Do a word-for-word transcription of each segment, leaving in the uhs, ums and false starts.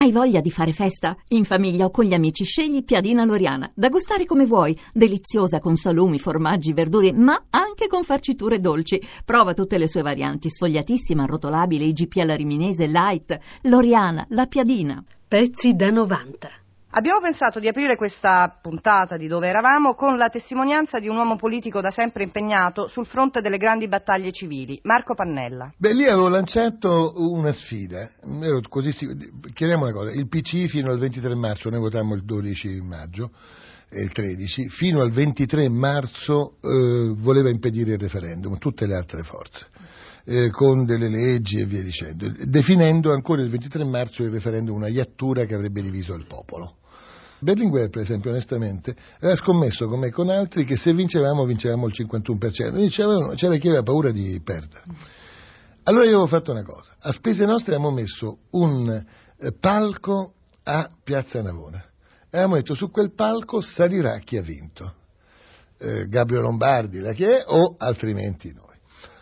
Hai voglia di fare festa? In famiglia o con gli amici scegli Piadina Loriana, da gustare come vuoi, deliziosa con salumi, formaggi, verdure, ma anche con farciture dolci. Prova tutte le sue varianti, sfogliatissima, arrotolabile, I G P alla riminese, light, Loriana, la Piadina. Pezzi da novanta. Abbiamo pensato di aprire questa puntata di Dove eravamo con la testimonianza di un uomo politico da sempre impegnato sul fronte delle grandi battaglie civili, Marco Pannella. Beh, lì avevo lanciato una sfida, ero così sicuro. Chiariamo una cosa, il P C I fino al ventitré marzo, noi votammo il dodici maggio e il tredici, fino al ventitré marzo eh, voleva impedire il referendum, tutte le altre forze. Eh, con delle leggi e via dicendo, definendo ancora il ventitré marzo il referendum una iattura che avrebbe diviso il popolo. Berlinguer, per esempio, onestamente, aveva scommesso con me e con altri che se vincevamo, vincevamo il cinquantuno per cento. C'era, c'era chi aveva paura di perdere. Allora io avevo fatto una cosa. A spese nostre abbiamo messo un eh, palco a Piazza Navona. E avevamo detto, su quel palco salirà chi ha vinto. Eh, Gabriele Lombardi, la che è, o altrimenti noi.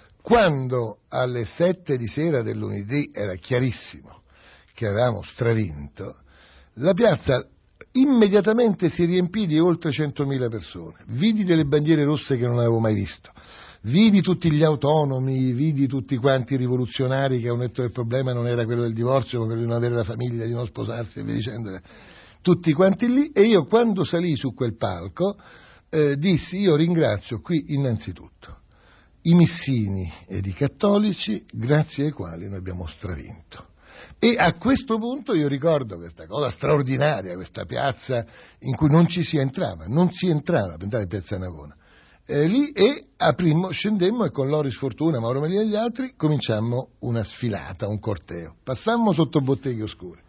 Quando alle sette di sera del lunedì era chiarissimo che avevamo stravinto, la piazza immediatamente si riempì di oltre centomila persone. Vidi delle bandiere rosse che non avevo mai visto, vidi tutti gli autonomi, vidi tutti quanti i rivoluzionari che hanno detto che il problema non era quello del divorzio ma quello di non avere la famiglia, di non sposarsi e via dicendo, tutti quanti lì. E io quando salì su quel palco eh, dissi: io ringrazio qui innanzitutto i missini ed i cattolici grazie ai quali noi abbiamo stravinto. E a questo punto io ricordo questa cosa straordinaria, questa piazza in cui non ci si entrava, non si entrava per andare a Piazza Navona. Eh, lì e aprimmo, scendemmo e con Loris Fortuna, Mauro Maria e gli altri cominciammo una sfilata, un corteo. Passammo sotto botteghe oscure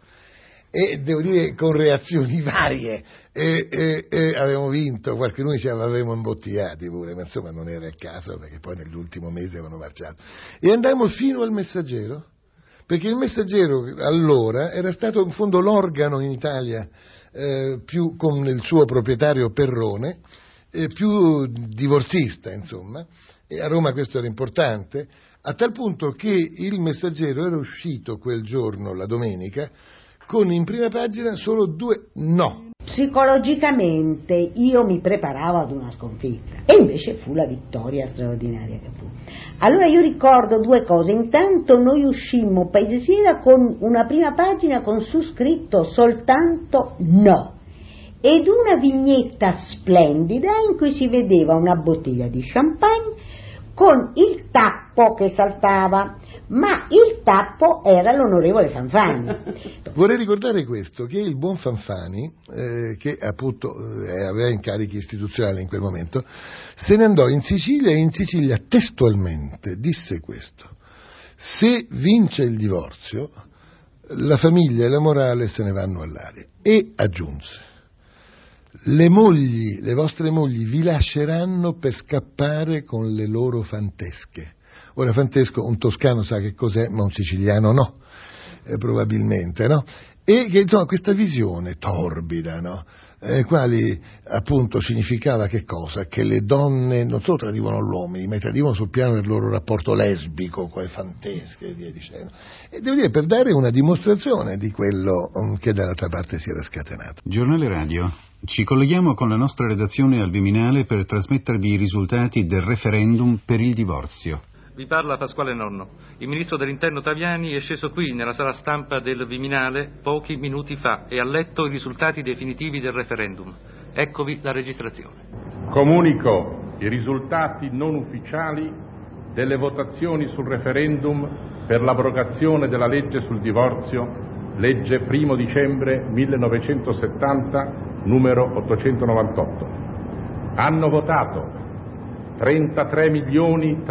e devo dire con reazioni varie. E, e, e avevamo vinto, qualcuno diceva avevamo imbottigliati pure, ma insomma non era il caso perché poi nell'ultimo mese avevano marciato. E andammo fino al Messaggero, perché il Messaggero allora era stato in fondo l'organo in Italia eh, più con il suo proprietario Perrone, eh, più divorzista insomma, e a Roma questo era importante, a tal punto che il Messaggero era uscito quel giorno, la domenica, con in prima pagina solo due no. Psicologicamente io mi preparavo ad una sconfitta e invece fu la vittoria straordinaria che fu. Allora io ricordo due cose: intanto noi uscimmo Paese Sera con una prima pagina con su scritto soltanto no ed una vignetta splendida in cui si vedeva una bottiglia di champagne con il tappo che saltava, ma il tappo era l'onorevole Fanfani. Vorrei ricordare questo, che il buon Fanfani, eh, che appunto eh, aveva incarichi istituzionali in quel momento, se ne andò in Sicilia e in Sicilia testualmente disse questo: se vince il divorzio, la famiglia e la morale se ne vanno all'aria. E aggiunse: le mogli, le vostre mogli vi lasceranno per scappare con le loro fantesche. Ora fantesco un toscano sa che cos'è, ma un siciliano no, eh, probabilmente, no? E che insomma questa visione torbida, no? Eh, quali appunto significava che cosa? Che le donne non solo tradivano gli uomini, ma tradivano sul piano del loro rapporto lesbico con le fantesche e via dicendo. E devo dire, per dare una dimostrazione di quello um, che dall'altra parte si era scatenato. Giornale Radio. Ci colleghiamo con la nostra redazione al Viminale per trasmettervi i risultati del referendum per il divorzio. Vi parla Pasquale Nonno. Il ministro dell'Interno Taviani è sceso qui nella sala stampa del Viminale pochi minuti fa e ha letto i risultati definitivi del referendum. Eccovi la registrazione. Comunico i risultati non ufficiali delle votazioni sul referendum per l'abrogazione della legge sul divorzio, legge primo dicembre millenovecentosettanta, numero ottocentonovantotto. Hanno votato trentatré milioni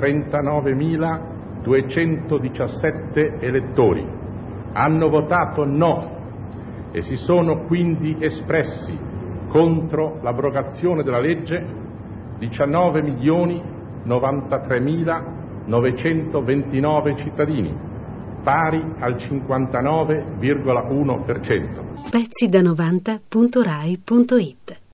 trentanovemiladuecentodiciassette elettori. Hanno votato no e si sono quindi espressi contro l'abrogazione della legge diciannove milioni novantatremilanovecentoventinove cittadini, pari al cinquantanove virgola uno per cento. Pezzi da novanta punto rai punto it